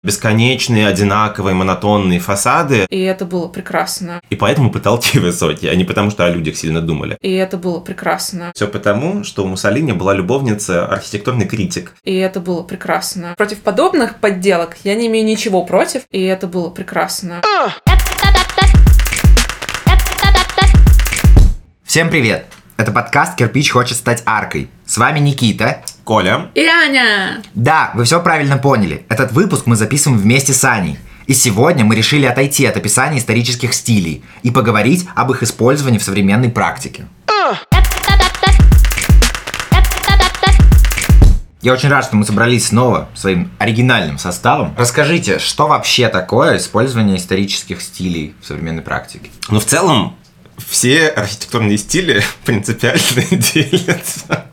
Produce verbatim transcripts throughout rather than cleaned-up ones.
бесконечные, одинаковые, монотонные фасады. И это было прекрасно. И поэтому потолки высокие, а не потому, что о людях сильно думали. И это было прекрасно. Все потому, что у Муссолини была любовница архитектурный критик. И это было прекрасно. Против подобных подделок я не имею ничего против. И это было прекрасно. Всем привет! Это подкаст «Кирпич хочет стать аркой». С вами Никита, Коля и Аня. Да, вы все правильно поняли. Этот выпуск мы записываем вместе с Аней. И сегодня мы решили отойти от описания исторических стилей и поговорить об их использовании в современной практике. Я очень рад, что мы собрались снова своим оригинальным составом. Расскажите, что вообще такое использование исторических стилей в современной практике? Ну, в целом, все архитектурные стили принципиально делятся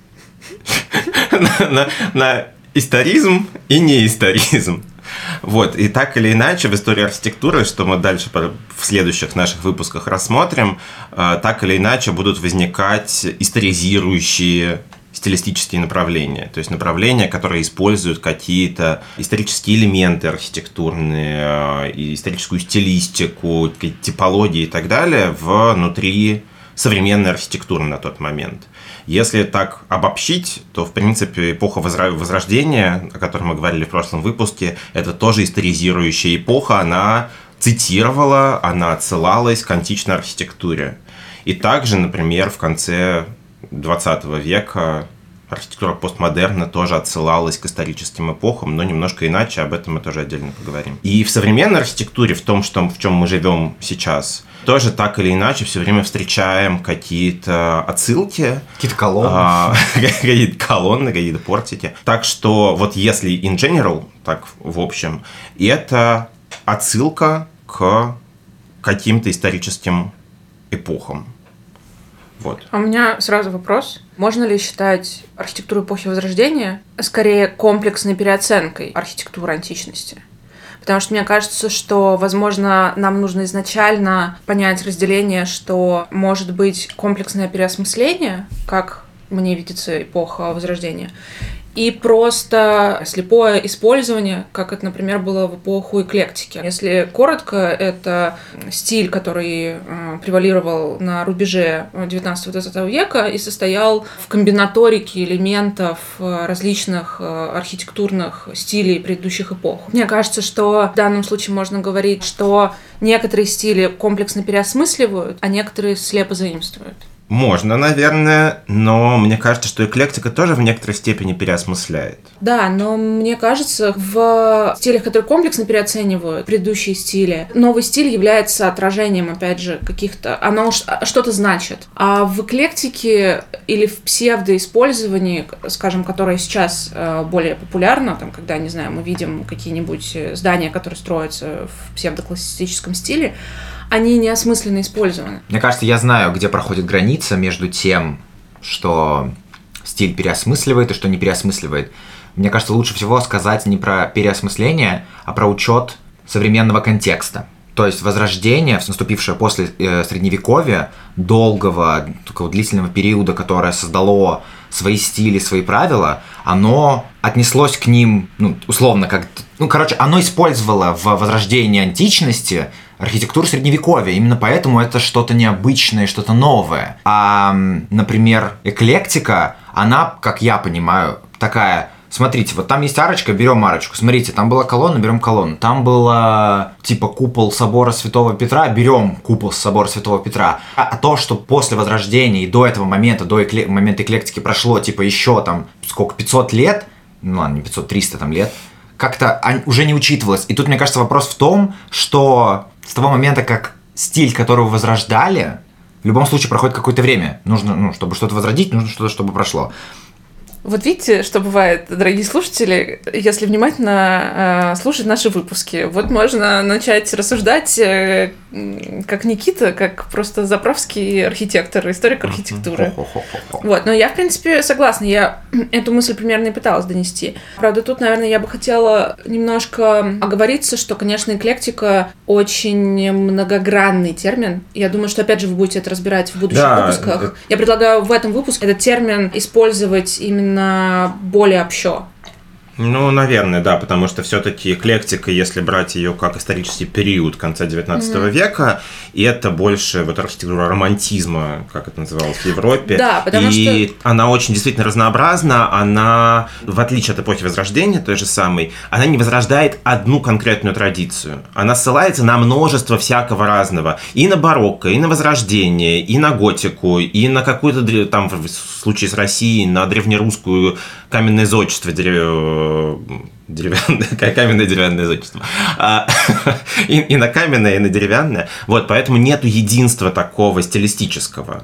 на, на, на историзм и неисторизм. Вот, и так или иначе в истории архитектуры, что мы дальше в следующих наших выпусках рассмотрим, так или иначе будут возникать историзирующие стилистические направления, то есть направления, которые используют какие-то исторические элементы архитектурные, историческую стилистику, типологии и так далее внутри современной архитектуры на тот момент. Если так обобщить, то, в принципе, эпоха Возрождения, о которой мы говорили в прошлом выпуске, это тоже историзирующая эпоха, она цитировала, она отсылалась к античной архитектуре. И также, например, в конце двадцатого века архитектура постмодерна тоже отсылалась к историческим эпохам, но немножко иначе, об этом мы тоже отдельно поговорим. И в современной архитектуре, в том, что, в чем мы живем сейчас, тоже так или иначе все время встречаем какие-то отсылки. Какие-то колонны. А, какие-то колонны, какие-то портики. Так что вот если in general, так в общем, это отсылка к каким-то историческим эпохам. Вот. А у меня сразу вопрос. Можно ли считать архитектуру эпохи Возрождения скорее комплексной переоценкой архитектуры античности? Потому что мне кажется, что, возможно, нам нужно изначально понять разделение, что может быть комплексное переосмысление, как мне видится эпоха Возрождения, и просто слепое использование, как это, например, было в эпоху эклектики. Если коротко, это стиль, который э, превалировал на рубеже девятнадцатого-двадцатого века и состоял в комбинаторике элементов различных э, архитектурных стилей предыдущих эпох. Мне кажется, что в данном случае можно говорить, что некоторые стили комплексно переосмысливают, а некоторые слепо заимствуют. Можно, наверное, но мне кажется, что эклектика тоже в некоторой степени переосмысляет. Да, но мне кажется, в стилях, которые комплексно переоценивают предыдущие стили, новый стиль является отражением, опять же, каких-то... Оно что-то значит. А в эклектике или в псевдоиспользовании, скажем, которое сейчас более популярно, там, когда, не знаю, мы видим какие-нибудь здания, которые строятся в псевдоклассицистическом стиле, они неосмысленно использованы. Мне кажется, я знаю, где проходит граница между тем, что стиль переосмысливает и что не переосмысливает. Мне кажется, лучше всего сказать не про переосмысление, а про учет современного контекста. То есть возрождение, наступившее после э, Средневековья, долгого, такого длительного периода, которое создало свои стили, свои правила, оно отнеслось к ним, ну, условно, как... Ну, короче, оно использовало в возрождении античности архитектуру Средневековья. Именно поэтому это что-то необычное, что-то новое. А, например, эклектика, она, как я понимаю, такая... Смотрите, вот там есть арочка, берем арочку. Смотрите, там была колонна, берем колонну. Там было типа купол собора Святого Петра, берем купол собора Святого Петра. А, а то, что после Возрождения и до этого момента, до экле... момента эклектики прошло типа еще там сколько, пятьсот лет, ну ладно, не пятьсот, триста там лет, как-то уже не учитывалось. И тут, мне кажется, вопрос в том, что с того момента, как стиль, которого возрождали, в любом случае проходит какое-то время. Нужно, ну, чтобы что-то возродить, нужно что-то, чтобы прошло. Вот видите, что бывает, дорогие слушатели, если внимательно э, слушать наши выпуски. Вот можно начать рассуждать, э, как Никита, как просто заправский архитектор, историк архитектуры. Вот, но я, в принципе, согласна, я эту мысль примерно и пыталась донести. Правда, тут, наверное, я бы хотела немножко оговориться, что, конечно, эклектика очень многогранный термин. Я думаю, что, опять же, вы будете это разбирать в будущих да, выпусках. Это... Я предлагаю в этом выпуске этот термин использовать именно более общо. Ну, наверное, да, потому что все-таки эклектика, если брать ее как исторический период конца девятнадцатого mm-hmm. века, и это больше вот архитектура романтизма, как это называлось в Европе. Да, потому и что... она очень действительно разнообразна, она, в отличие от эпохи Возрождения, той же самой, она не возрождает одну конкретную традицию. Она ссылается на множество всякого разного. И на барокко, и на Возрождение, и на готику, и на какую-то, там, в случае с Россией, на древнерусскую каменное зодчество, дерев... деревянное, каменное деревянное зодчество. А, и, и на каменное, и на деревянное. Вот, поэтому нету единства такого стилистического.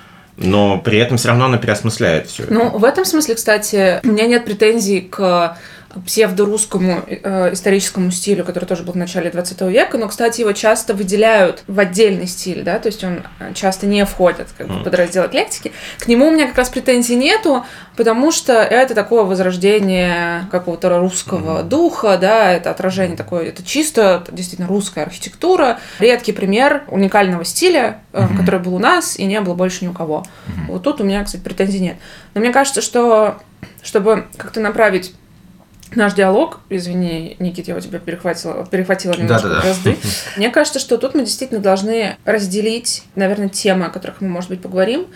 Но при этом все равно она переосмысляет все это. Ну, в этом смысле, кстати, у меня нет претензий к псевдорусскому э, историческому стилю, который тоже был в начале двадцатого века, но, кстати, его часто выделяют в отдельный стиль, да, то есть он часто не входит как бы, в подраздел эклектики. К нему у меня как раз претензий нету, потому что это такое возрождение какого-то русского mm-hmm. духа, да, это отражение такое, это чисто действительно русская архитектура, редкий пример уникального стиля, э, mm-hmm. который был у нас и не было больше ни у кого. Mm-hmm. Вот тут у меня, кстати, претензий нет. Но мне кажется, что чтобы как-то направить наш диалог, извини, Никит, я у тебя перехватила, перехватила немножко бразды. Мне кажется, что тут мы действительно должны разделить, наверное, темы, о которых мы, может быть, поговорим.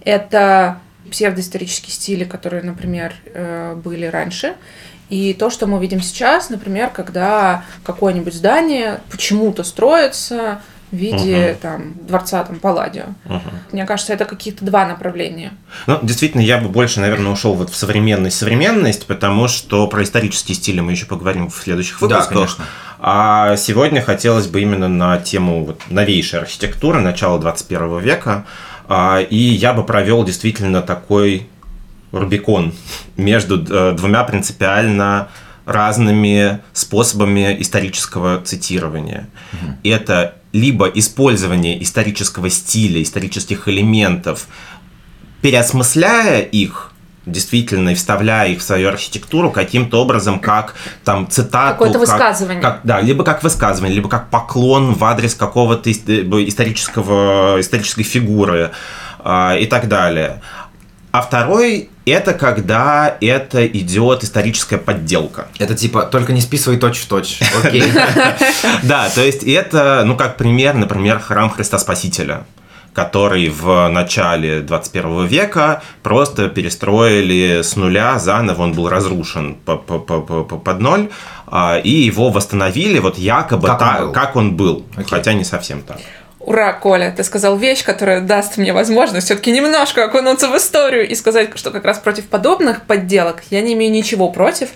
Это псевдоисторические стили, которые, например, были раньше, и то, что мы видим сейчас, например, когда какое-нибудь здание почему-то строится в виде uh-huh. там, дворца там, Палладио. Uh-huh. Мне кажется, это какие-то два направления. Ну, действительно, я бы больше, наверное, ушел вот в современность, современность, потому что про исторические стили мы еще поговорим в следующих выпусках. Да, конечно. А сегодня хотелось бы именно на тему вот, новейшей архитектуры, начала двадцать первого века, и я бы провел действительно такой рубикон между двумя принципиально разными способами исторического цитирования. Uh-huh. Это либо использование исторического стиля, исторических элементов, переосмысляя их, действительно, и вставляя их в свою архитектуру каким-то образом, как там цитату. Какое-то как, высказывание. Как, да, либо как высказывание, либо как поклон в адрес какого-то исторического, исторической фигуры э, и так далее. А второй – это когда это идет историческая подделка. Это типа «только не списывай точь-в-точь». Окей. Да, то есть это, ну, как пример, например, храм Христа Спасителя, который в начале двадцать первого века просто перестроили с нуля, заново он был разрушен под ноль, и его восстановили вот якобы так, как он был, хотя не совсем так. Ура, Коля, ты сказал вещь, которая даст мне возможность все-таки немножко окунуться в историю и сказать, что как раз против подобных подделок я не имею ничего против.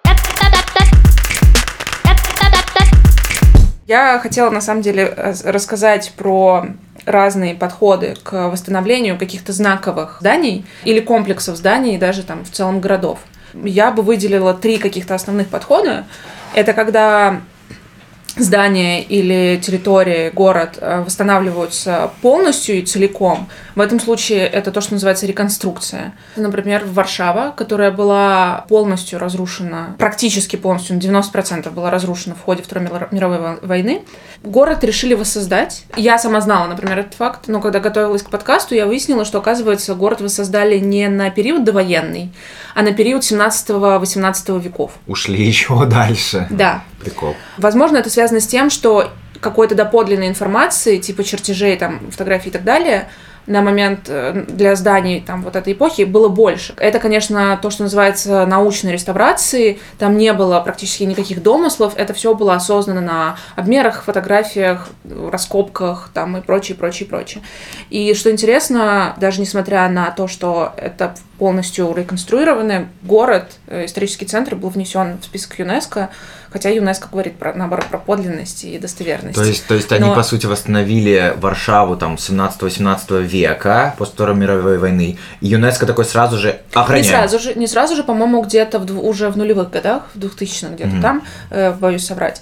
Я хотела, на самом деле, рассказать про разные подходы к восстановлению каких-то знаковых зданий или комплексов зданий, даже там в целом городов. Я бы выделила три каких-то основных подхода. Это когда здания или территории, город восстанавливаются полностью и целиком. В этом случае это то, что называется реконструкция. Например, Варшава, которая была полностью разрушена, практически полностью, на девяносто процентов была разрушена в ходе Второй мировой войны. Город решили воссоздать. Я сама знала, например, этот факт, но когда готовилась к подкасту, я выяснила, что, оказывается, город воссоздали не на период довоенный, а на период семнадцатого-восемнадцатого веков. Ушли еще дальше. Да. Прикол. Возможно, это связано с тем, что какой-то доподлинной информации, типа чертежей, там, фотографий и так далее, на момент для зданий там, вот этой эпохи было больше. Это, конечно, то, что называется научной реставрацией. Там не было практически никаких домыслов. Это все было осознанно на обмерах, фотографиях, раскопках там, и прочее, прочее, прочее. И что интересно, даже несмотря на то, что это полностью реконструированный город, исторический центр был внесен в список ЮНЕСКО, хотя ЮНЕСКО говорит, про, наоборот, про подлинность и достоверность. То есть, то есть они, Но... по сути, восстановили Варшаву там семнадцатого-восемнадцатого века после Второй мировой войны, и ЮНЕСКО такой сразу же охраняет. Не сразу же, не сразу же, по-моему, где-то в, уже в нулевых годах, в двухтысячных где-то mm-hmm. там, э, боюсь соврать.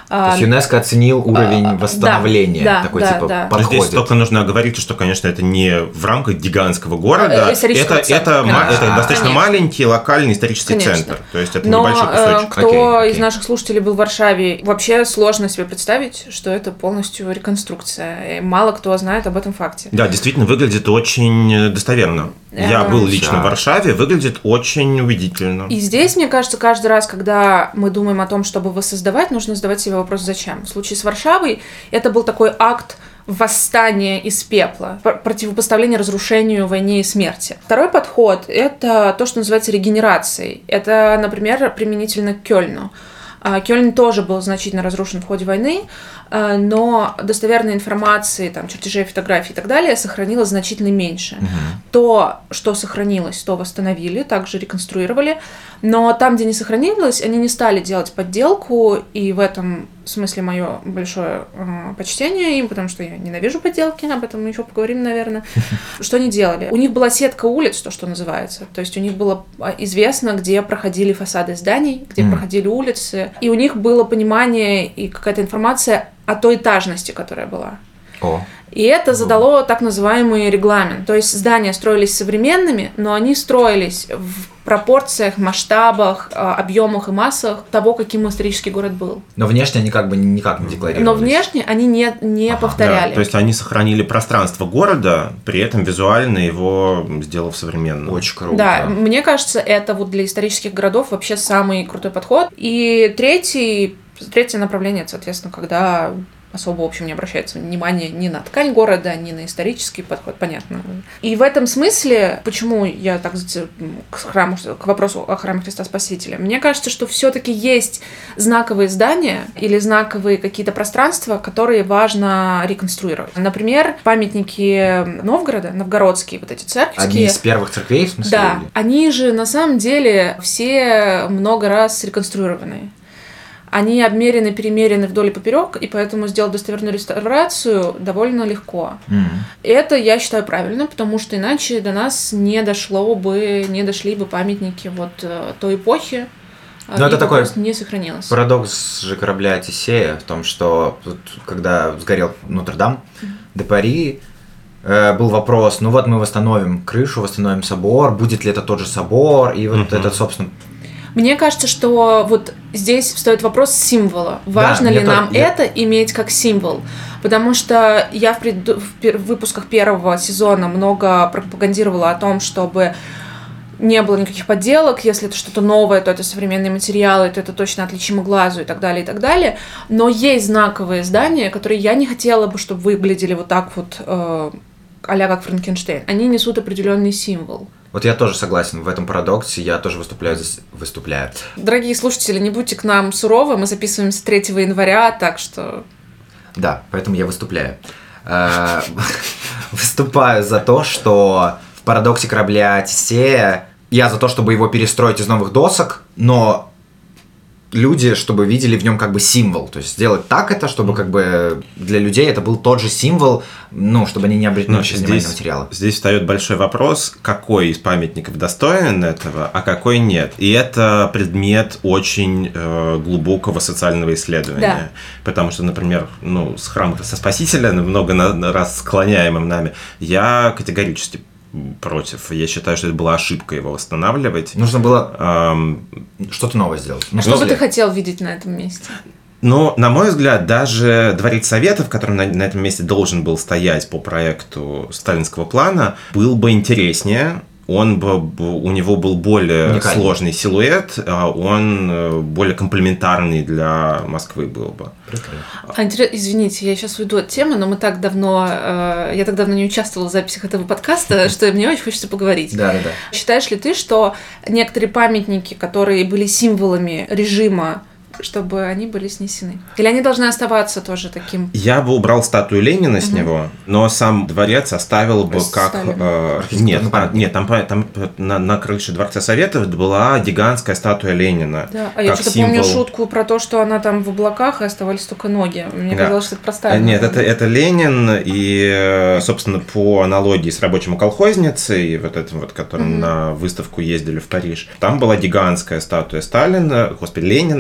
То есть ЮНЕСКО оценил уровень а, восстановления, да, такой да, типа да. подходит. Здесь только нужно оговорить, что, конечно, это не в рамках гигантского города. Это, это, это, ма- это достаточно конечно. маленький локальный исторический конечно. центр. То есть это Но, небольшой кусочек. Кто окей, окей. из наших слушателей был в Варшаве, вообще сложно себе представить, что это полностью реконструкция. И мало кто знает об этом факте. Да, действительно, выглядит очень достоверно. Я был лично да. в Варшаве, выглядит очень убедительно. И здесь, мне кажется, каждый раз, когда мы думаем о том, чтобы воссоздавать, нужно задавать себе вопрос «зачем?». В случае с Варшавой это был такой акт восстания из пепла, противопоставление разрушению, войне и смерти. Второй подход – это то, что называется регенерацией. Это, например, применительно к Кёльну. Кёльн тоже был значительно разрушен в ходе войны, но достоверной информации, там, чертежей, фотографий и так далее сохранилось значительно меньше. Угу. То, что сохранилось, то восстановили, также реконструировали, но там, где не сохранилось, они не стали делать подделку, и в этом смысле мое большое э, почтение им, потому что я ненавижу подделки, об этом мы еще поговорим, наверное. Что они делали? У них была сетка улиц, то, что называется, то есть у них было известно, где проходили фасады зданий, где mm. проходили улицы, и у них было понимание и какая-то информация о той этажности, которая была. О. И это задало так называемый регламент. То есть здания строились современными, но они строились в пропорциях, масштабах, объемах и массах того, каким исторический город был. Но внешне они как бы никак не декларировались. Но внешне они не, не ага, повторяли. Да, то есть они сохранили пространство города, при этом визуально его сделав современным. Очень круто. Да, мне кажется, это вот для исторических городов вообще самый крутой подход. И третий, третье направление, соответственно, когда особо, в общем, не обращается внимание ни на ткань города, ни на исторический подход, понятно. И в этом смысле, почему я так к, храму, к вопросу о храме Христа Спасителя, мне кажется, что все-таки есть знаковые здания или знаковые какие-то пространства, которые важно реконструировать. Например, памятники Новгорода, новгородские, вот эти церковские. Одни из первых церквей, в смысле? Да, или? они же на самом деле все много раз реконструированы. Они обмерены, перемерены вдоль и поперек, и поэтому сделать достоверную реставрацию довольно легко. Mm-hmm. Это, я считаю, правильно, потому что иначе до нас не дошло бы, не дошли бы памятники вот той эпохи. Но это такой не сохранилось. Парадокс же корабля Тесея в том, что когда сгорел Нотр-Дам, mm-hmm. де Пари, был вопрос, ну вот мы восстановим крышу, восстановим собор, будет ли это тот же собор, и вот mm-hmm. этот, собственно... Мне кажется, что вот здесь встает вопрос символа. Важно да, ли нам я... это иметь как символ? Потому что я в, пред... в выпусках первого сезона много пропагандировала о том, чтобы не было никаких подделок. Если это что-то новое, то это современные материалы, то это точно отличимо глазу и так далее, и так далее. Но есть знаковые здания, которые я не хотела бы, чтобы выглядели вот так вот э, а-ля как Франкенштейн. Они несут определенный символ. Вот я тоже согласен в этом парадоксе, я тоже выступляю, за... выступляю. Дорогие слушатели, не будьте к нам суровы, мы записываемся третьего января, так что... Да, поэтому я выступляю. Выступаю за то, что в парадоксе корабля Тесея я за то, чтобы его перестроить из новых досок, но люди, чтобы видели в нем как бы символ. То есть сделать так это, чтобы как бы для людей это был тот же символ, ну, чтобы они не обратили внимание на материалы. Здесь встает большой вопрос, какой из памятников достоин этого, а какой нет. И это предмет очень э, глубокого социального исследования. Да. Потому что, например, ну, с храмом Христа Спасителя, много раз склоняемым нами, я категорически против. Я считаю, что это была ошибка его восстанавливать. Нужно было эм, что-то новое сделать. А что бы ты хотел видеть на этом месте? Ну, на мой взгляд, даже Дворец Советов, который на, на этом месте должен был стоять по проекту сталинского плана, был бы интереснее. Он бы, у него был более уникальный сложный силуэт, он более комплементарный для Москвы был бы. А, извините, я сейчас уйду от темы, но мы так давно, я так давно не участвовала в записях этого подкаста, что мне очень хочется поговорить. Да, да, да. Считаешь ли ты, что некоторые памятники, которые были символами режима, чтобы они были снесены? Или они должны оставаться тоже таким? Я бы убрал статую Ленина uh-huh. с него, но сам дворец оставил бы Просто как... Э, нет, а, нет, там, там на, на крыше Дворца Советов была гигантская статуя Ленина. Да, а я что-то символ... помню шутку про то, что она там в облаках, и оставались только ноги. Мне да. казалось, что это простая. Нет, это, это Ленин, и, собственно, по аналогии с рабочим колхозницей, вот этим вот, которым uh-huh. на выставку ездили в Париж, там была гигантская статуя Сталина, господи, Ленина, простите,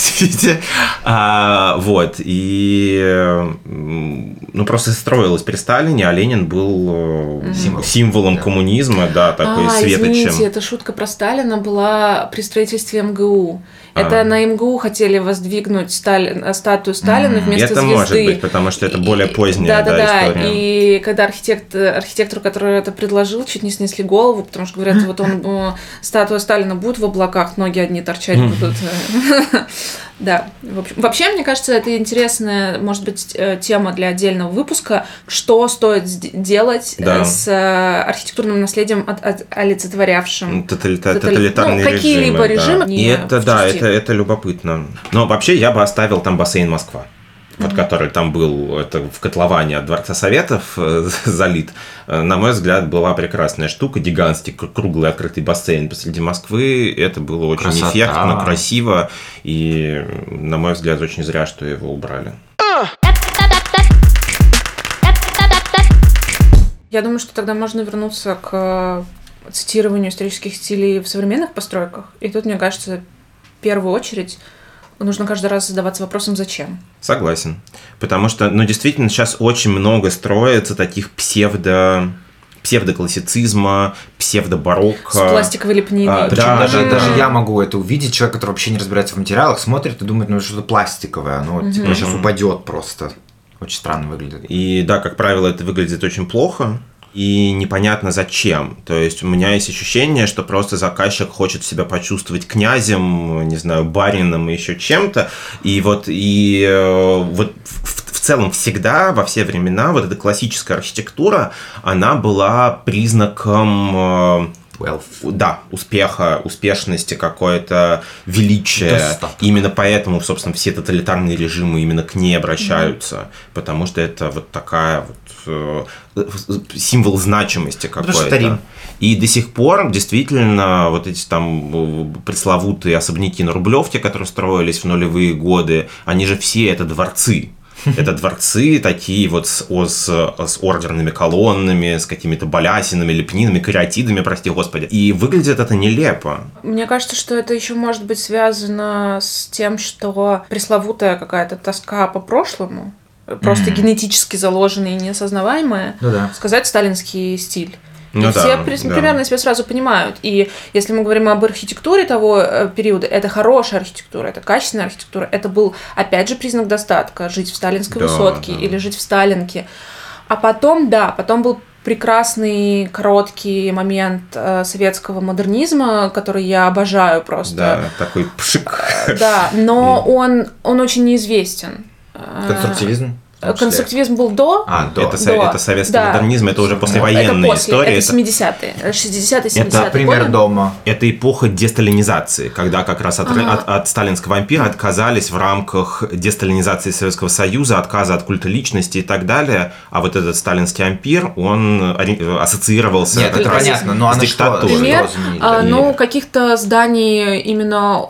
простите. А, вот, и ну, просто строилось при Сталине, а Ленин был Символ. символом да. коммунизма, да, такой а, светочем. Извините, эта шутка про Сталина была при строительстве эм гэ у. Это а. на эм гэ у хотели воздвигнуть Стали... статую Сталина mm. вместо это звезды. Это может быть, потому что это более поздняя да, да, да, история. И когда архитект... архитектору, который это предложил, чуть не снесли голову, потому что говорят, вот он статуя Сталина будет в облаках, ноги одни торчать будут. Да, вообще, мне кажется, это интересная, может быть, тема для отдельного выпуска, что стоит делать да. с архитектурным наследием, от, от, олицетворявшим Тоталита- тоталитарные ну, какие-либо режимы. Да. И это, да, это, это любопытно. Но вообще я бы оставил там бассейн Москва. Вот, mm-hmm. который там был, это в котловане от Дворца Советов э, залит, на мой взгляд, была прекрасная штука, гигантский круглый открытый бассейн посреди Москвы, это было очень Красота. эффектно, красиво, и, на мой взгляд, очень зря, что его убрали. Я думаю, что тогда можно вернуться к цитированию исторических стилей в современных постройках, и тут, мне кажется, в первую очередь нужно каждый раз задаваться вопросом «зачем?». Согласен. Потому что, ну, действительно, сейчас очень много строится таких псевдо... псевдоклассицизма, псевдобарокко. С пластиковой лепниной. А, да, даже, даже я могу это увидеть. Человек, который вообще не разбирается в материалах, смотрит и думает, ну, это что-то пластиковое. Оно mm-hmm. типа сейчас упадет просто. Очень странно выглядит. И да, как правило, это выглядит очень плохо. И непонятно зачем. То есть у меня есть ощущение, что просто заказчик хочет себя почувствовать князем, не знаю, барином и еще чем-то. И вот, и, вот в, в целом всегда, во все времена, вот эта классическая архитектура, она была признаком... Wealth. Да, успеха, успешности, какое-то величие. Достаток. Именно поэтому, собственно, все тоталитарные режимы именно к ней обращаются, mm-hmm. потому что это вот такая вот э, символ значимости какой-то. И до сих пор действительно вот эти там пресловутые особняки на Рублевке, которые строились в нулевые годы, они же все это дворцы. Это дворцы такие вот с, с, с ордерными колоннами, с какими-то балясинами, лепнинами, кариатидами, прости господи. И выглядит это нелепо. Мне кажется, что это еще может быть связано с тем, что пресловутая какая-то тоска по прошлому, просто mm-hmm. генетически заложенная и неосознаваемая, ну, да. сказать сталинский стиль. Ну, и да, все при, да. примерно себя сразу понимают. И если мы говорим об архитектуре того периода, это хорошая архитектура, это качественная архитектура. Это был, опять же, признак достатка. Жить в сталинской да, высотке да. или жить в Сталинке. А потом, да, потом был прекрасный короткий момент э, советского модернизма, который я обожаю просто. Да, такой пшик. Да, но он, он очень неизвестен. Конструктивизм? Конструктивизм был до. А, до. Это, до. это советский да. модернизм, это уже послевоенная это после, история. Это семидесятые, шестидесятые, семидесятые Это пример годы. дома. Это эпоха десталинизации, когда как раз от, ага. от, от сталинского ампира отказались в рамках десталинизации Советского Союза, отказа от культа личности и так далее. А вот этот сталинский ампир, он ассоциировался Нет, как это раз понятно, но с диктатурой. Пример, а, ну, каких-то зданий именно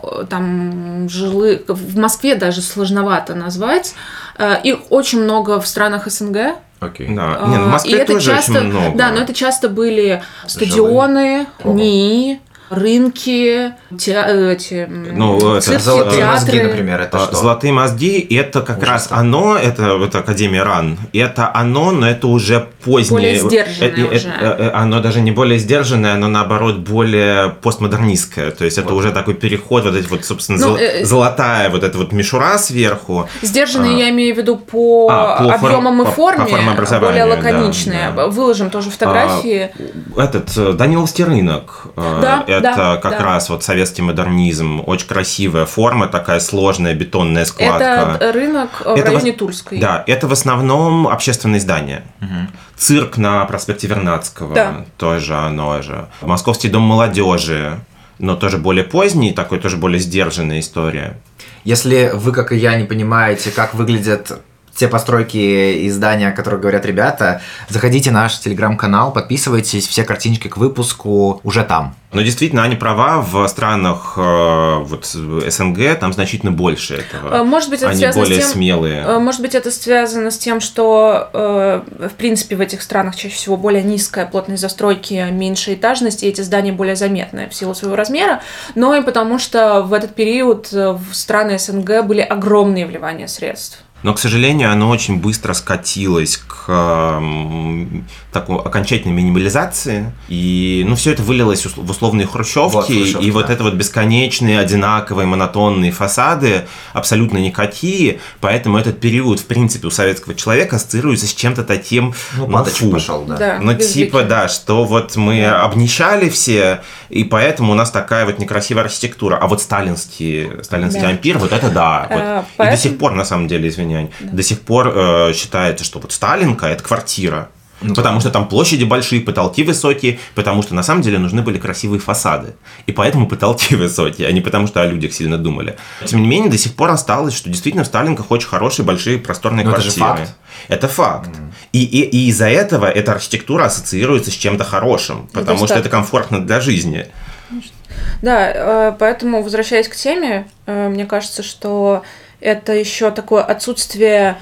там жилых, в Москве даже сложновато назвать. Их очень много в странах СНГ. Окей. Да. Не, ну, в Москве и тоже это часто, очень много. Да, но это часто были стадионы, НИИ, рынки, те, эти, ну, цирки, это золотые театры. мозги, например, это что? Золотые мозги, это как Ужас. раз оно, это вот Академия РАН, это оно, но это уже позднее. Более сдержанное это, уже. Это, оно даже не более сдержанное, оно наоборот более постмодернистское. То есть это вот. Уже такой переход, вот эти вот, собственно, ну, зол, э, золотая вот эта вот мишура сверху. Сдержанные, а, я имею в виду по, а, по объемам форм, и форме, по, по более лаконичные. Да, да. Выложим тоже фотографии. А, этот Даниловский рынок. Да, это да, как да. раз вот советский модернизм, очень красивая форма, такая сложная бетонная складка. Это рынок в это районе в... Тульской. Да, это в основном общественные здания. Угу. Цирк на проспекте Вернадского, да. тоже оно же. Московский дом молодежи, но тоже более поздний, такой тоже более сдержанная история. Если вы, как и я, не понимаете, как выглядят те постройки и здания, о которых говорят ребята, заходите в наш телеграм-канал, подписывайтесь, все картиночки к выпуску уже там. Но действительно, они права, в странах э, вот, СНГ там значительно больше этого. Может быть, это они связано более с тем, смелые. Может быть, это связано с тем, что, э, в принципе, в этих странах чаще всего более низкая плотность застройки, меньше этажность, и эти здания более заметны в силу своего размера, но и потому что в этот период в страны СНГ были огромные вливания средств. Но, к сожалению, оно очень быстро скатилось к э, такой окончательной минимализации. И ну, все это вылилось в условные хрущевки. Вот, хрущевки, и да. Вот это вот бесконечные, одинаковые, монотонные фасады, абсолютно никакие. Поэтому этот период, в принципе, у советского человека ассоциируется с чем-то таким... Ну, падочек ну, пошел, да. да ну, типа, да, что вот мы да. обнищали все, и поэтому у нас такая вот некрасивая архитектура. А вот сталинский, сталинский да. ампир, вот это да. Вот. А, поэтому... И до сих пор, на самом деле, извиняюсь, Да. До сих пор э, считается, что вот Сталинка – это квартира. Ну, потому да. что там площади большие, потолки высокие, потому что на самом деле нужны были красивые фасады. И поэтому потолки высокие, а не потому что о людях сильно думали. Тем не менее, до сих пор осталось, что действительно в Сталинках очень хорошие, большие, просторные Но квартиры. Это же факт. Это факт. Mm. И, и, и из-за этого эта архитектура ассоциируется с чем-то хорошим, потому это что это комфортно для жизни. Да, поэтому, возвращаясь к теме, мне кажется, что это еще такое отсутствие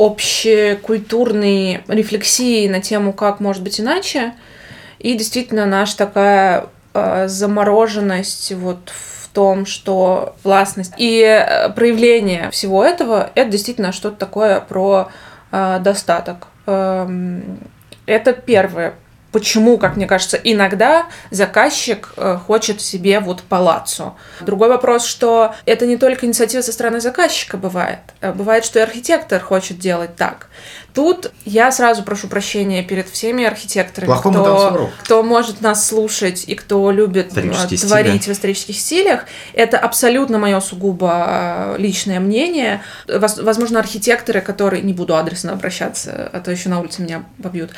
общекультурной рефлексии на тему, как может быть иначе, и действительно наша такая э, замороженность вот в том, что властность и проявление всего этого – это действительно что-то такое про э, достаток. Э, это первое. Почему, как мне кажется, иногда заказчик хочет себе вот палаццо. Другой вопрос, что это не только инициатива со стороны заказчика бывает. Бывает, что и архитектор хочет делать так. Тут я сразу прошу прощения перед всеми архитекторами, кто, кто может нас слушать и кто любит творить стили. в исторических стилях. Это абсолютно мое сугубо личное мнение. Возможно, архитекторы, которые... Не буду адресно обращаться, а то еще на улице меня побьют.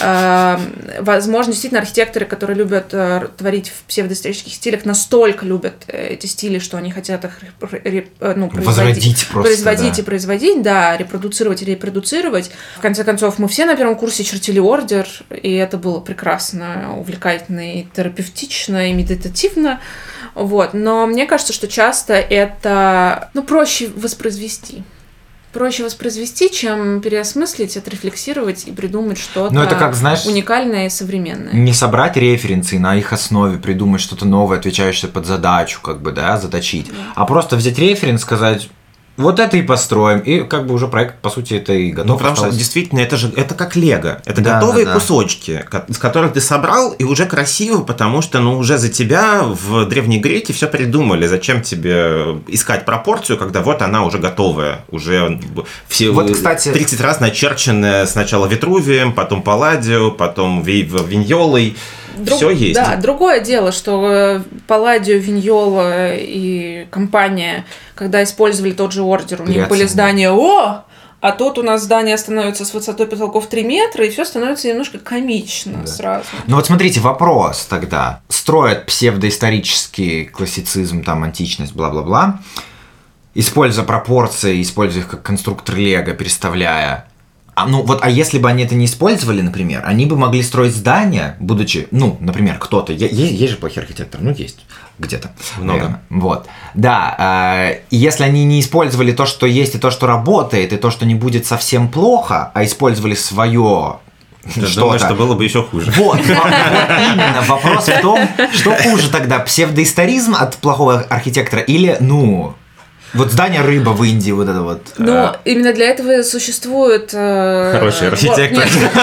Возможно, действительно, архитекторы, которые любят творить в псевдоисторических стилях, настолько любят эти стили, что они хотят их ну, производить, просто, производить да. и производить, да, репродуцировать и репродуцировать. В конце концов, мы все на первом курсе чертили ордер, и это было прекрасно, увлекательно, и терапевтично, и медитативно. Вот. Но мне кажется, что часто это ну, проще воспроизвести. Проще воспроизвести, чем переосмыслить, отрефлексировать и придумать что-то ну, это как, знаешь, уникальное и современное. Не собрать референсы на их основе, придумать что-то новое, отвечающее под задачу, как бы, да, заточить, да. а просто взять референс, сказать... Вот это и построим, и как бы уже проект, по сути, это и готов. Ну, потому осталось. что действительно это же это как лего, это да, готовые да, да. кусочки, из которых ты собрал, и уже красиво, потому что ну уже за тебя в Древней Греции все придумали, зачем тебе искать пропорцию, когда вот она уже готовая, уже все вот, кстати... тридцать раз начерченная сначала Витрувием, потом Палладио, потом Виньолой. Друг... Все есть. Да, другое дело, что Палладио, Виньола и компания, когда использовали тот же ордер, у них были здания «О!», а тут у нас здание становится с высотой потолков три метра, и все становится немножко комично да. сразу. Ну вот смотрите, вопрос тогда. Строят псевдоисторический классицизм, там, античность, бла-бла-бла, используя пропорции, используя их как конструктор лего, переставляя. А, ну вот, а если бы они это не использовали, например, они бы могли строить здания, будучи, ну, например, кто-то, есть, есть же плохие архитекторы, ну, есть где-то. Много. Наверное. Вот. Да, э, и если они не использовали то, что есть, и то, что работает, и то, что не будет совсем плохо, а использовали свое... Я думаю, что было бы еще хуже. Вот, вот именно. Вопрос в том, что хуже тогда, псевдоисторизм от плохого архитектора или, ну... Вот здание рыба в Индии, вот это вот. Ну, а... именно для этого существует... Э... Хороший архитектор.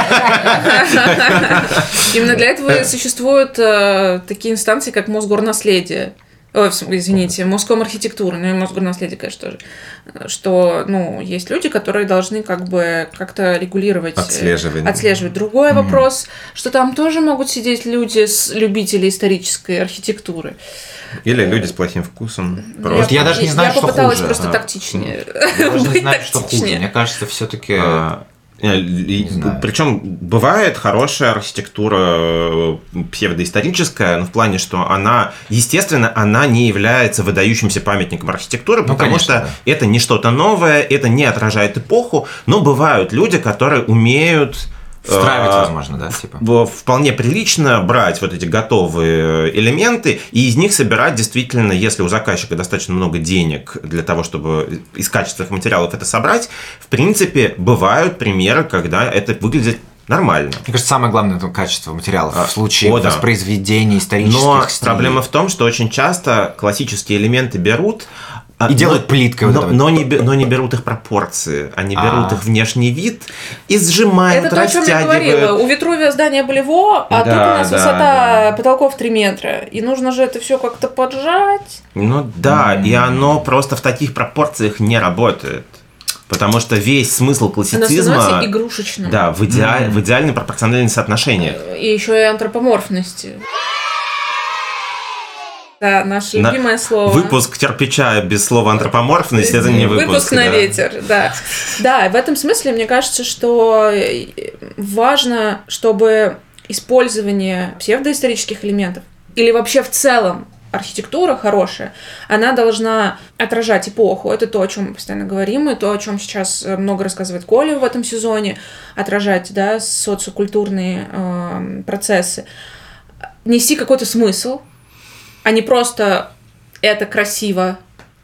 Именно для этого существуют такие инстанции, как Мосгорнаследие. Ой, извините, Моском-архитектура, ну и Мосгорнаследие, конечно, тоже. Что, ну, есть люди, которые должны как бы как-то регулировать... Отслеживать. Отслеживать. Другой mm-hmm. вопрос, что там тоже могут сидеть люди, с любители исторической архитектуры. Или люди с плохим вкусом. Просто. Я, я даже не знаю, я что хуже. Я попыталась просто а. тактичнее. Я даже не знаю, что хуже. Мне кажется, все-таки... А, Причем бывает хорошая архитектура псевдоисторическая, но в плане, что она, естественно, она не является выдающимся памятником архитектуры, ну, потому конечно, что да. это не что-то новое, это не отражает эпоху, но бывают люди, которые умеют... Встраивать, возможно, да, типа. Вполне прилично брать вот эти готовые элементы и из них собирать действительно, если у заказчика достаточно много денег для того, чтобы из качественных материалов это собрать, в принципе, бывают примеры, когда это выглядит нормально. Мне кажется, самое главное – это качество материалов а, в случае о, да. воспроизведения исторических Но стилей. Проблема в том, что очень часто классические элементы берут, и но, делают плиткой. Но, вот но, не, но не берут их пропорции, они берут А-а-а. их внешний вид и сжимают, это растягивают. Это то, о чем я говорила. У Витрувия здание Болево, а да, тут у нас да, высота да. потолков три метра. И нужно же это все как-то поджать. Ну да, mm-hmm. и оно просто в таких пропорциях не работает. Потому что весь смысл классицизма... Оно становится игрушечным. Да, в, идеаль, mm-hmm. в идеальной пропорциональной соотношении. И еще и антропоморфности. Да, наше на любимое слово. Выпуск кирпича без слова антропоморфность – это не выпуск. Выпуск да. на ветер, да. Да, в этом смысле мне кажется, что важно, чтобы использование псевдоисторических элементов или вообще в целом архитектура хорошая, она должна отражать эпоху. Это то, о чем мы постоянно говорим, и то, о чем сейчас много рассказывает Коля в этом сезоне, отражать, да, социокультурные э, процессы, нести какой-то смысл, а не просто это красиво,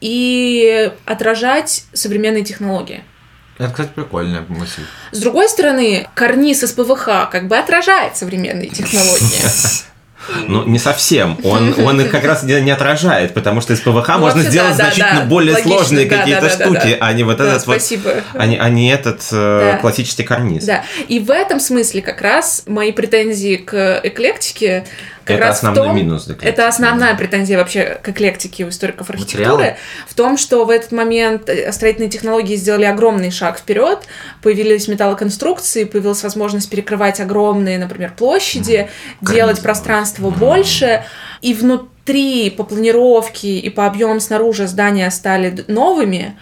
и отражать современные технологии. Это, кстати, прикольная мысль. С другой стороны, карниз из ПВХ как бы отражает современные технологии. Ну, не совсем. Он, он их как раз не отражает, потому что из ПВХ ну, можно сделать да, значительно да, более логично, сложные да, какие-то да, штуки, да, да. а не вот да, этот спасибо. вот, а не, а не этот да. классический карниз. Да. И в этом смысле как раз мои претензии к эклектике как это раз основной в том, минус. Это основная претензия вообще к эклектике у историков архитектуры. Материалы? В том, что в этот момент строительные технологии сделали огромный шаг вперед, появились металлоконструкции, появилась возможность перекрывать огромные, например, площади, mm-hmm. делать Конечно. пространство mm-hmm. больше, и внутри по планировке и по объемам снаружи здания стали новыми,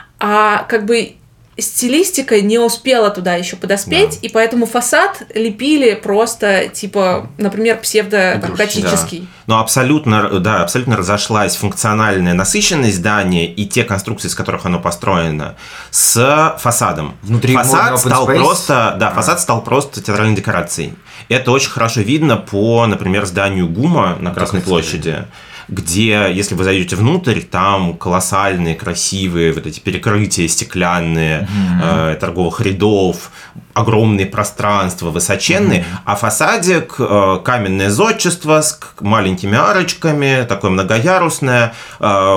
а как бы стилистика не успела туда еще подоспеть, да. и поэтому фасад лепили просто, типа, например, псевдоготический. Да. Но абсолютно, да, абсолютно разошлась функциональная насыщенность здания и те конструкции, из которых оно построено, с фасадом. Внутри фасад стал просто, да, а. фасад стал просто театральной декорацией. Это очень хорошо видно по, например, зданию ГУМа на Красной так, площади, где, если вы зайдете внутрь, там колоссальные, красивые вот эти перекрытия стеклянные, mm-hmm. э, торговых рядов, огромные пространства, высоченные, mm-hmm. а фасадик э, каменное зодчество с маленькими арочками, такое многоярусное, э,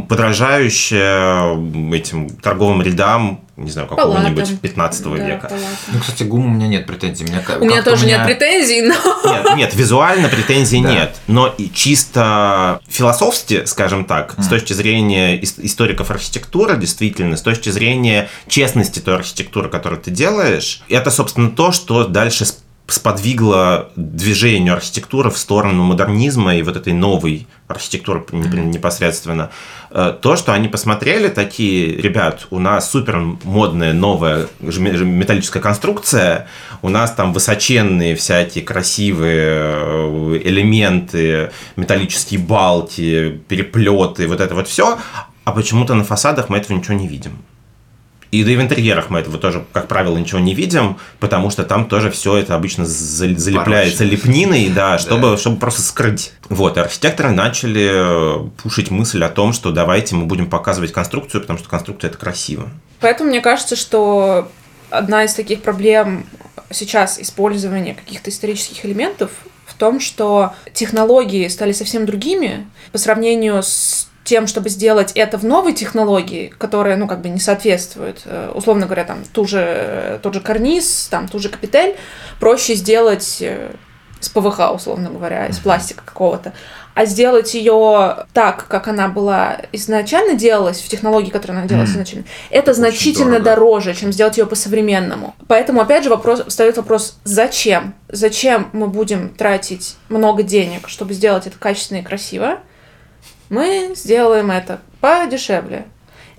подражающее этим торговым рядам, не знаю, какого-нибудь пятнадцатого да, века. Палатам. Ну, кстати, ГУМ у меня нет претензий. У меня, у меня тоже у меня... нет претензий, но... Нет, нет, визуально претензий да. нет. Но и чисто философски, скажем так, mm. с точки зрения историков архитектуры, действительно, с точки зрения честности той архитектуры, которую ты делаешь, это, собственно, то, что дальше сподвигло движению архитектуры в сторону модернизма и вот этой новой архитектуры непосредственно. То, что они посмотрели, такие, ребят, у нас супер модная новая металлическая конструкция, у нас там высоченные всякие красивые элементы, металлические балки, переплеты, вот это вот все, а почему-то на фасадах мы этого ничего не видим. И да и в интерьерах мы этого тоже, как правило, ничего не видим, потому что там тоже все это обычно залепляется Порочно. лепниной, да, чтобы, да. чтобы просто скрыть. Вот, и архитекторы начали пушить мысль о том, что давайте мы будем показывать конструкцию, потому что конструкция – это красиво. Поэтому мне кажется, что одна из таких проблем сейчас использования каких-то исторических элементов в том, что технологии стали совсем другими по сравнению с тем, чтобы сделать это в новой технологии, которая, ну, как бы не соответствует, условно говоря, там, ту же, тот же карниз, там, ту же капитель, проще сделать из ПВХ, условно говоря, из пластика какого-то, а сделать ее так, как она была изначально делалась, в технологии, которой она делалась mm. изначально, это очень значительно дорого. дороже, чем сделать ее по-современному. Поэтому, опять же, вопрос, встает вопрос, зачем? Зачем мы будем тратить много денег, чтобы сделать это качественно и красиво? Мы сделаем это подешевле.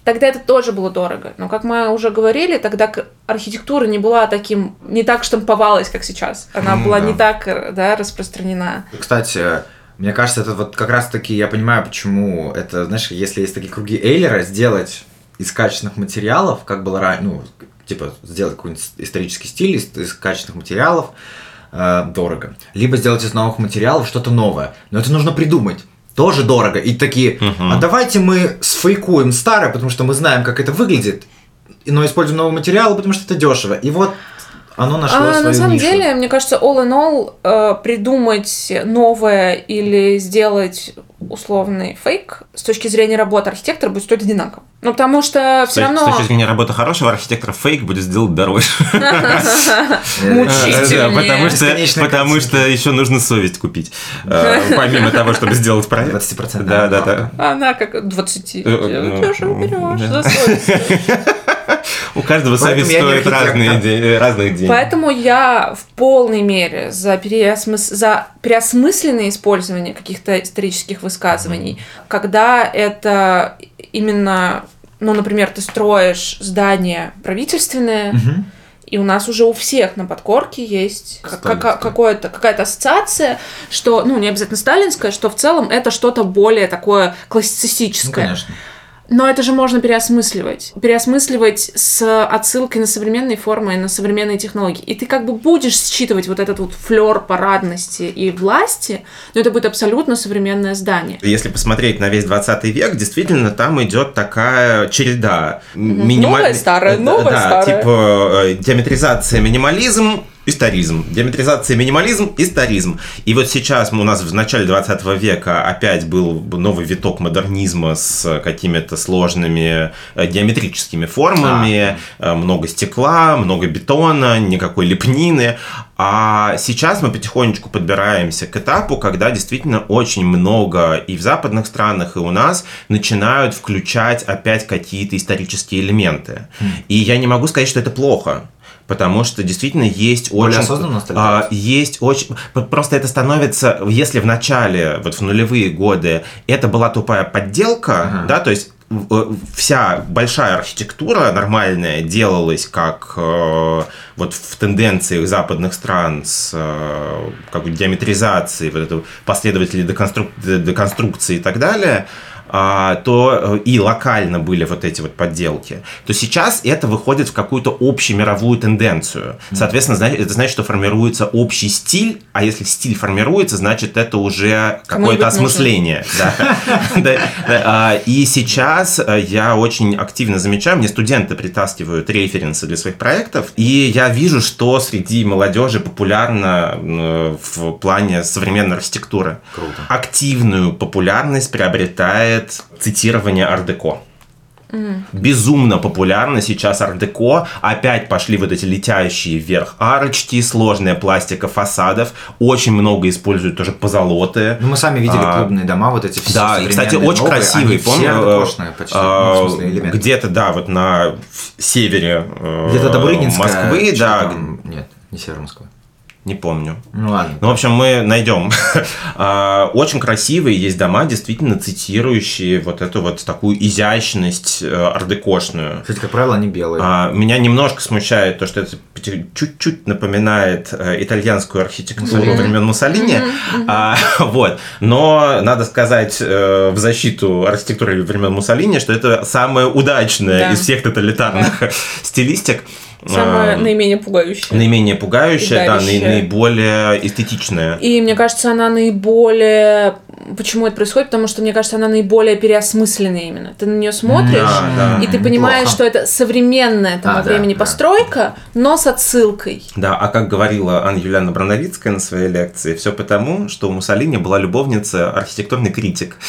тогда это тоже было дорого. Но, как мы уже говорили, тогда архитектура не была таким, не так штамповалась, как сейчас. Она mm, была да. не так, да, распространена. Кстати, мне кажется, это вот как раз-таки, я понимаю, почему это, знаешь, если есть такие круги Эйлера, сделать из качественных материалов, как было раньше, ну, типа, сделать какой-нибудь исторический стиль из, из качественных материалов, э, дорого. Либо сделать из новых материалов что-то новое. Но это нужно придумать. Тоже дорого. И такие, uh-huh. а давайте мы сфейкуем старое, потому что мы знаем, как это выглядит, но используем новые материалы, потому что это дешево. И вот оно нашло а, свою на самом нишу. деле, мне кажется, all in all, э, придумать новое или сделать условный фейк с точки зрения работы архитектора будет стоить одинаково. Ну, потому что все равно... С точки зрения работы хорошего архитектора фейк будет сделать дороже. Мучительнее. Потому что еще нужно совесть купить. Помимо того, чтобы сделать проект. двадцать процентов. Да, да, да. Она как двадцать. Дешево берешь за совесть. У каждого совесть стоит разных денег. Поэтому я в полной мере за, переосмыс... за переосмысленное использование каких-то исторических высказываний, mm-hmm. когда это именно, ну, например, ты строишь здание правительственное, mm-hmm. и у нас уже у всех на подкорке есть как- какое-то, какая-то ассоциация, что, ну, не обязательно сталинская, что в целом это что-то более такое классицистическое. Ну, конечно. Но это же можно переосмысливать. Переосмысливать с отсылкой на современные формы и на современные технологии. И ты как бы будешь считывать вот этот вот флёр парадности и власти, но это будет абсолютно современное здание. Если посмотреть на весь двадцатый век, действительно, там идет такая череда. Mm-hmm. Минималь... Новое, старое, новое, да, старое. Типа диаметризация, минимализм, историзм. Диаметризация, минимализм, историзм. И вот сейчас у нас в начале двадцатого века опять был новый виток модернизма с какими-то сложными геометрическими формами. А. Много стекла, много бетона, никакой лепнины. А сейчас мы потихонечку подбираемся к этапу, когда действительно очень много и в западных странах, и у нас начинают включать опять какие-то исторические элементы. Mm. И я не могу сказать, что это плохо. Потому что действительно есть более очень... осознанно а, есть очень... Просто это становится... Если в начале, вот в нулевые годы, это была тупая подделка, uh-huh. да, то есть вся большая архитектура нормальная делалась как э, вот в тенденциях западных стран с э, какой-то диаметризацией, вот это последователи деконструк... деконструкции и так далее, а, то и локально были вот эти вот подделки, то сейчас это выходит в какую-то общемировую тенденцию. Соответственно, это значит, что формируется общий стиль, а если стиль формируется, значит, это уже какое-то осмысление. И сейчас я очень активно замечаю, мне студенты притаскивают референсы для своих проектов, и я вижу, что среди молодежи популярно в плане современной архитектуры. Круто. Активную популярность приобретает цитирование ар-деко. Mm. Безумно популярно сейчас ар-деко. Опять пошли вот эти летящие вверх арочки, сложная пластика фасадов. Очень много используют тоже позолоты. Ну, мы сами видели а, клубные дома, вот эти все. Да, и, кстати, очень новые, красивые. Помню, почти, а, ну, в смысле, элементы. Где-то, да, вот на севере где-то Добрынинская, Москвы, да. Там... Нет, не север Москвы. Не помню. Ну ладно. Ну, в общем, мы найдем. Очень красивые есть дома, действительно цитирующие вот эту вот такую изящность ар-декошную. Кстати, как правило, они белые. Меня немножко смущает то, что это чуть-чуть напоминает итальянскую архитектуру mm-hmm. времен Муссолини. Mm-hmm. А, вот. Но надо сказать в защиту архитектуры времен Муссолини, что это самая удачная да. из всех тоталитарных да. стилистик. Самое а, наименее пугающее. Наименее пугающее, да, наиболее эстетичное. И мне кажется, она наиболее... Почему это происходит? Потому что, мне кажется, она наиболее переосмысленная именно. Ты на нее смотришь, да, да. и ты понимаешь, Плохо. что это современная того а, времени да, постройка, да. но с отсылкой. Да, а как говорила Анна Юлиановна Броновицкая на своей лекции, все потому, что у Муссолини была любовница архитектурный критик.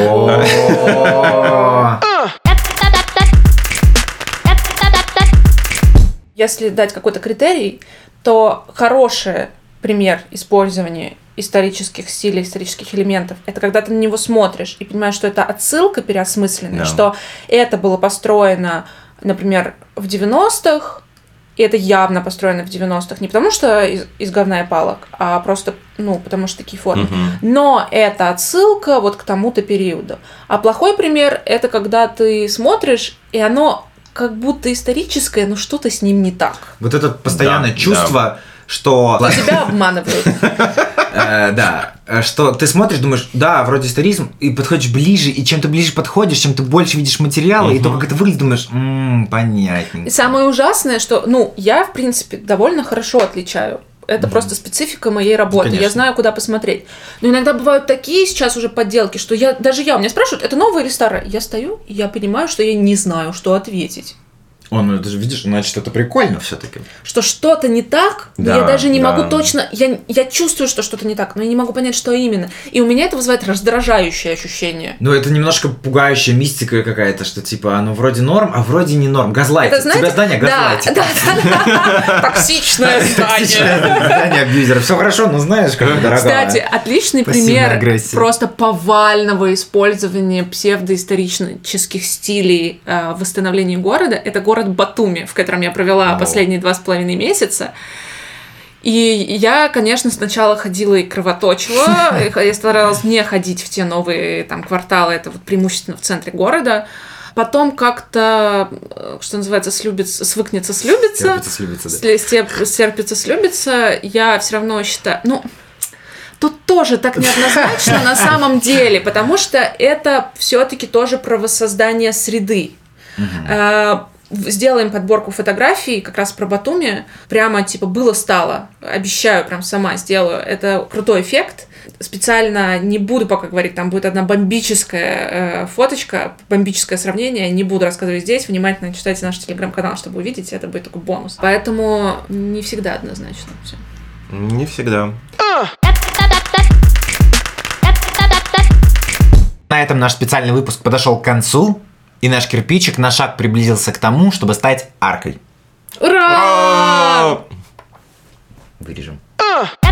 Если дать какой-то критерий, то хороший пример использования исторических стилей, исторических элементов, это когда ты на него смотришь и понимаешь, что это отсылка переосмысленная, да. что это было построено, например, в девяностых, И это явно построено в девяностых. Не потому что из, из говна и палок, а просто, ну, потому что такие формы. Мгм. Но это отсылка вот к тому-то периоду. А плохой пример – это когда ты смотришь, и оно как будто историческое, но что-то с ним не так. Вот это постоянное Да, чувство, что... Что тебя обманывают. Э, Да, э, что ты смотришь, думаешь, да, вроде историзм, и подходишь ближе, и чем ты ближе подходишь, чем ты больше видишь материала, и то, как это выглядит, думаешь, ммм, И понятненько. самое ужасное, что, ну, я, в принципе, довольно хорошо отличаю. Это просто специфика моей работы. Конечно. Я знаю, куда посмотреть. Но иногда бывают такие сейчас уже подделки, что я даже я, у меня спрашивают, это новое или старое? Я стою, и я понимаю, что я не знаю, что ответить. О, ну это же, видишь, значит, это прикольно все-таки. Что что-то не так, но Да, я даже не да. могу точно... Я, я чувствую, что что-то не так, но я не могу понять, что именно. И у меня это вызывает раздражающее ощущение. Ну, это немножко пугающая мистика какая-то, что типа оно вроде норм, а вроде не норм. Газлайтит. Это, знаете, Тебя здание да, газлайтит. да, да, да. Токсичное здание. Здание абьюзера. Все хорошо, но знаешь, как дорогая. Кстати, отличный Пассивная пример агрессия. просто повального использования псевдоисторических стилей э, в восстановлении города. Это город Батуми, в котором я провела О. последние два с половиной месяца. И я, конечно, сначала ходила и кровоточила. Я старалась не ходить в те новые там кварталы, это вот преимущественно в центре города. Потом как-то, э, что называется, слюбится, свыкнется, слюбится. Терпится, слюбится, да. Сле- степ- Стерпится, слюбится. Я все равно считаю... Ну, тут тоже так неоднозначно на самом деле, потому что это все-таки тоже про воссоздание среды. Э, Сделаем подборку фотографий как раз про Батуми. Прямо типа было-стало. Обещаю, прям сама сделаю. Это крутой эффект. Специально не буду пока говорить, там будет одна бомбическая э, фоточка, бомбическое сравнение. Не буду рассказывать здесь. Внимательно читайте наш телеграм-канал, чтобы увидеть. Это будет такой бонус. Поэтому не всегда однозначно все. Не всегда. На этом наш специальный выпуск подошел к концу, и наш кирпичик на шаг приблизился к тому, чтобы стать аркой. Ура! А! Вырежем. Uh.